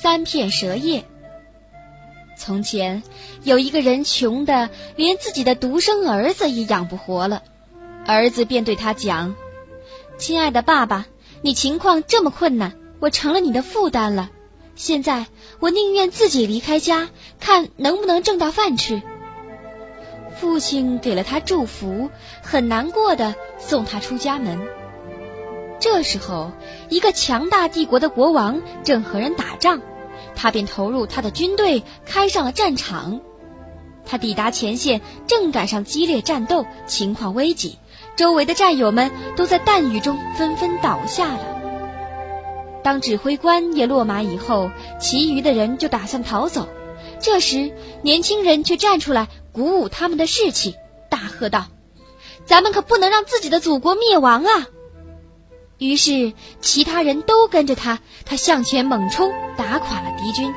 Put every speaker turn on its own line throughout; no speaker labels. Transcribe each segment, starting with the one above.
3片蛇叶。从前有一个人穷得连自己的独生儿子也养不活了，儿子便对他讲：亲爱的爸爸，你情况这么困难，我成了你的负担了，现在我宁愿自己离开家，看能不能挣到饭吃。父亲给了他祝福，很难过地送他出家门。这时候，一个强大帝国的国王正和人打仗，他便投入他的军队，开上了战场。他抵达前线，正赶上激烈战斗，情况危急，周围的战友们都在弹雨中纷纷倒下了。当指挥官也落马以后，其余的人就打算逃走。这时，年轻人却站出来鼓舞他们的士气，大喝道：咱们可不能让自己的祖国灭亡啊！于是其他人都跟着他向前猛冲，打垮了敌军。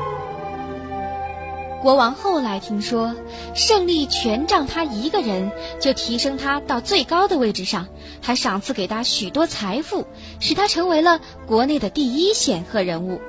国王后来听说胜利全仗他一个人，就提升他到最高的位置上，还赏赐给他许多财富，使他成为了国内的第一显赫人物。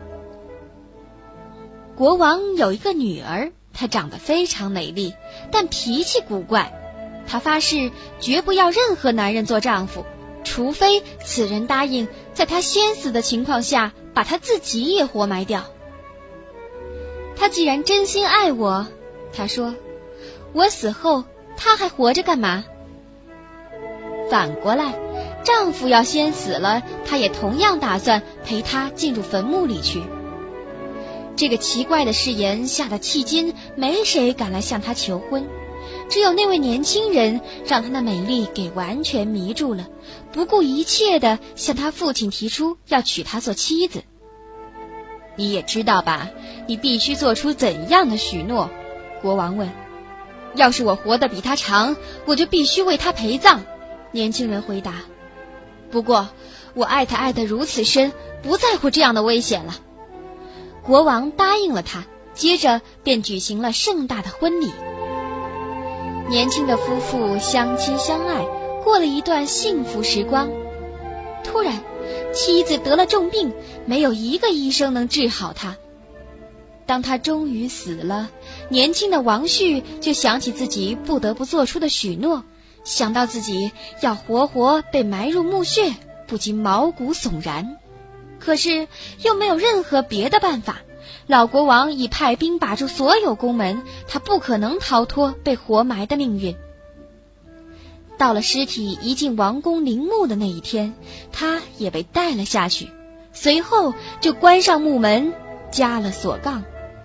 国王有一个女儿，她长得非常美丽，但脾气古怪。她发誓绝不要任何男人做丈夫，除非此人答应在她先死的情况下把她自己也活埋掉。他既然真心爱我，他说，我死后他还活着干嘛？反过来，丈夫要先死了，他也同样打算陪他进入坟墓里去。这个奇怪的誓言吓得迄今没谁敢来向他求婚，只有那位年轻人让他的美丽给完全迷住了，不顾一切地向他父亲提出要娶她做妻子。你也知道吧，你必须做出怎样的许诺？国王问。要是我活得比他长，我就必须为他陪葬。年轻人回答。不过我爱他爱得如此深，不在乎这样的危险了。国王答应了他，接着便举行了盛大的婚礼。年轻的夫妇相亲相爱，过了一段幸福时光。突然，妻子得了重病，没有一个医生能治好她。当她终于死了，年轻的王旭就想起自己不得不做出的许诺，想到自己要活活被埋入墓穴，不禁毛骨悚然。可是又没有任何别的办法，老国王已派兵把住所有宫门，他不可能逃脱被活埋的命运。到了尸体移进王宫陵墓的那一天，他也被带了下去，随后就关上墓门，加了锁杠。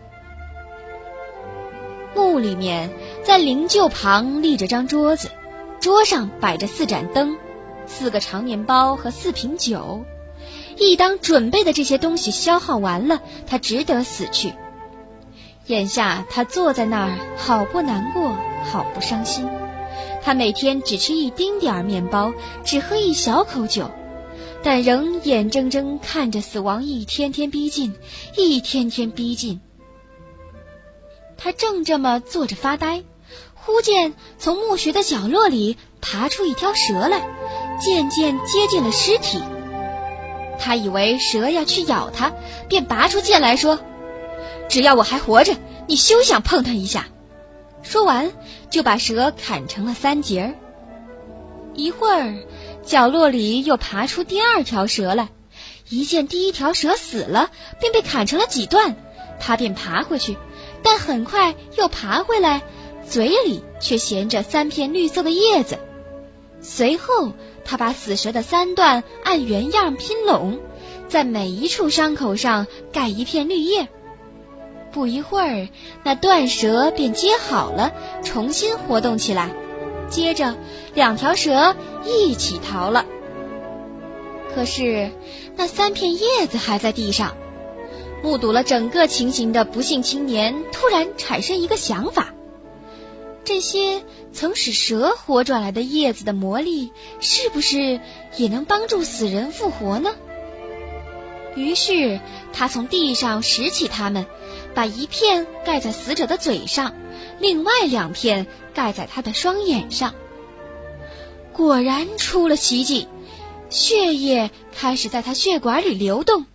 墓里面在灵柩旁立着张桌子，桌上摆着4盏灯、4个长面包和4瓶酒。一当准备的这些东西消耗完了，他只得死去。眼下他坐在那儿，好不难过，好不伤心。他每天只吃一丁点儿面包，只喝一小口酒，但仍眼睁睁看着死亡一天天逼近，一天天逼近。他正这么坐着发呆，忽见从墓穴的角落里爬出一条蛇来，渐渐接近了尸体。他以为蛇要去咬他，便拔出剑来说：只要我还活着，你休想碰他一下。说完就把蛇砍成了3截。一会儿，角落里又爬出第2条蛇来，一见第1条蛇死了，便被砍成了几段，他便爬回去，但很快又爬回来，嘴里却衔着3片绿色的叶子。随后他把死蛇的3段按原样拼拢，在每一处伤口上盖一片绿叶。不一会儿，那断蛇便接好了，重新活动起来。接着2条蛇一起逃了。可是那3片叶子还在地上。目睹了整个情形的不幸青年突然产生一个想法：这些曾使蛇活转来的叶子的魔力，是不是也能帮助死人复活呢？于是他从地上拾起它们，把一片盖在死者的嘴上，另外2片盖在他的双眼上。果然出了奇迹，血液开始在他血管里流动，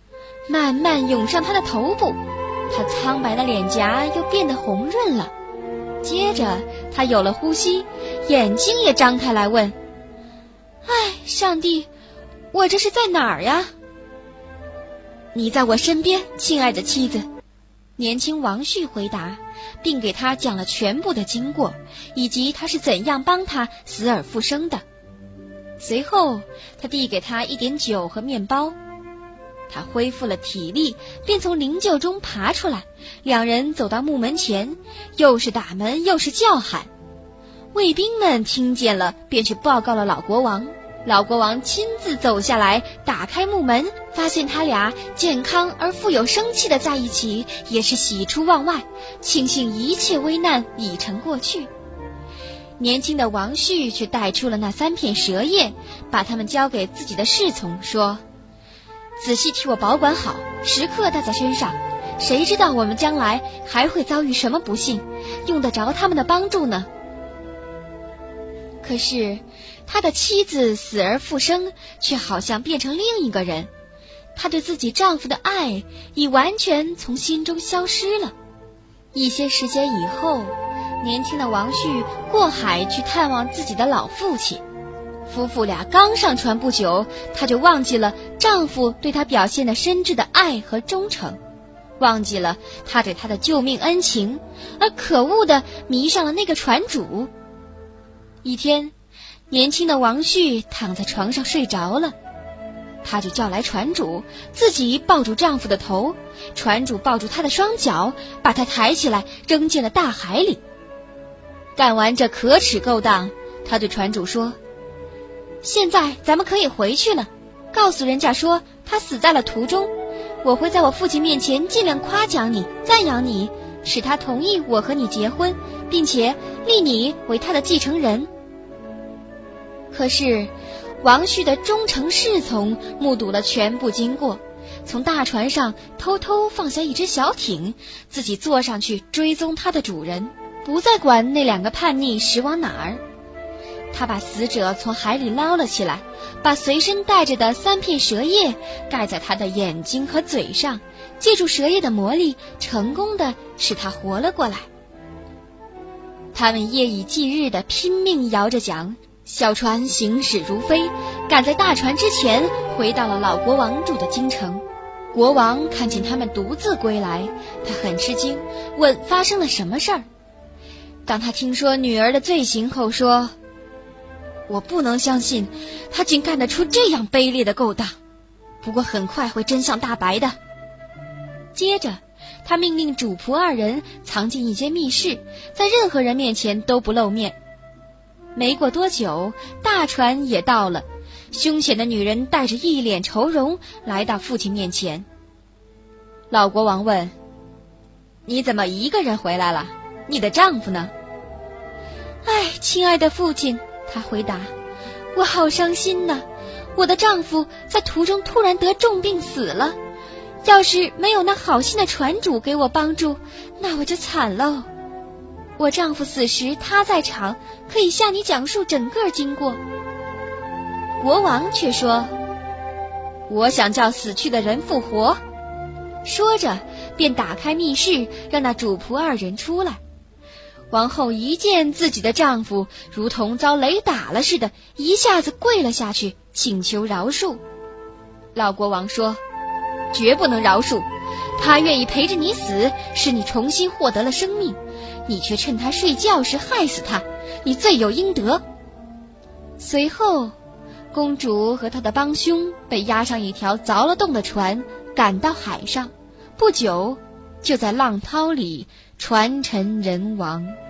慢慢涌上他的头部，他苍白的脸颊又变得红润了。接着他有了呼吸，眼睛也张开来问：哎，上帝，我这是在哪儿呀？你在我身边，亲爱的妻子。年轻王旭回答，并给他讲了全部的经过，以及他是怎样帮他死而复生的。随后他递给他一点酒和面包，他恢复了体力，便从灵柩中爬出来。两人走到墓门前，又是打门又是叫喊。卫兵们听见了，便去报告了老国王。老国王亲自走下来，打开木门，发现他俩健康而富有生气的在一起，也是喜出望外，庆幸一切危难已成过去。年轻的王旭却带出了那3片蛇叶，把它们交给自己的侍从，说：仔细替我保管好，时刻带在身上，谁知道我们将来还会遭遇什么不幸，用得着他们的帮助呢？可是他的妻子死而复生，却好像变成另一个人，她对自己丈夫的爱已完全从心中消失了。一些时间以后，年轻的王旭过海去探望自己的老父亲。夫妇俩刚上船不久，她就忘记了丈夫对她表现的深挚的爱和忠诚，忘记了他对她的救命恩情，而可恶地迷上了那个船主。一天，年轻的王旭躺在床上睡着了，她就叫来船主，自己抱住丈夫的头，船主抱住她的双脚，把她抬起来扔进了大海里。干完这可耻勾当，她对船主说：现在咱们可以回去了，告诉人家说他死在了途中，我会在我父亲面前尽量夸奖你，赞扬你，使他同意我和你结婚，并且立你为他的继承人。可是王旭的忠诚侍从目睹了全部经过，从大船上偷偷放下一只小艇，自己坐上去追踪他的主人，不再管那2个叛逆驶往哪儿。他把死者从海里捞了起来，把随身带着的3片蛇叶盖在他的眼睛和嘴上，借助蛇叶的魔力，成功地使他活了过来。他们夜以继日地拼命摇着桨，小船行驶如飞，赶在大船之前回到了老国王住的京城。国王看见他们独自归来，他很吃惊，问发生了什么事儿。当他听说女儿的罪行后，说：我不能相信他竟干得出这样卑劣的勾当，不过很快会真相大白的。接着他命令主仆2人藏进一间密室，在任何人面前都不露面。没过多久，大船也到了，凶险的女人带着一脸愁容来到父亲面前。老国王问：你怎么一个人回来了？你的丈夫呢？哎，亲爱的父亲，他回答，我好伤心呐，我的丈夫在途中突然得重病死了，要是没有那好心的船主给我帮助，那我就惨喽。我丈夫死时他在场，可以向你讲述整个经过。国王却说：我想叫死去的人复活。说着便打开密室，让那主仆2人出来。王后一见自己的丈夫如同遭雷打了似的，一下子跪了下去，请求饶恕。老国王说：绝不能饶恕，他愿意陪着你死，使你重新获得了生命，你却趁他睡觉时害死他，你罪有应得。随后公主和她的帮凶被押上一条凿了洞的船，赶到海上，不久就在浪涛里船沉人亡。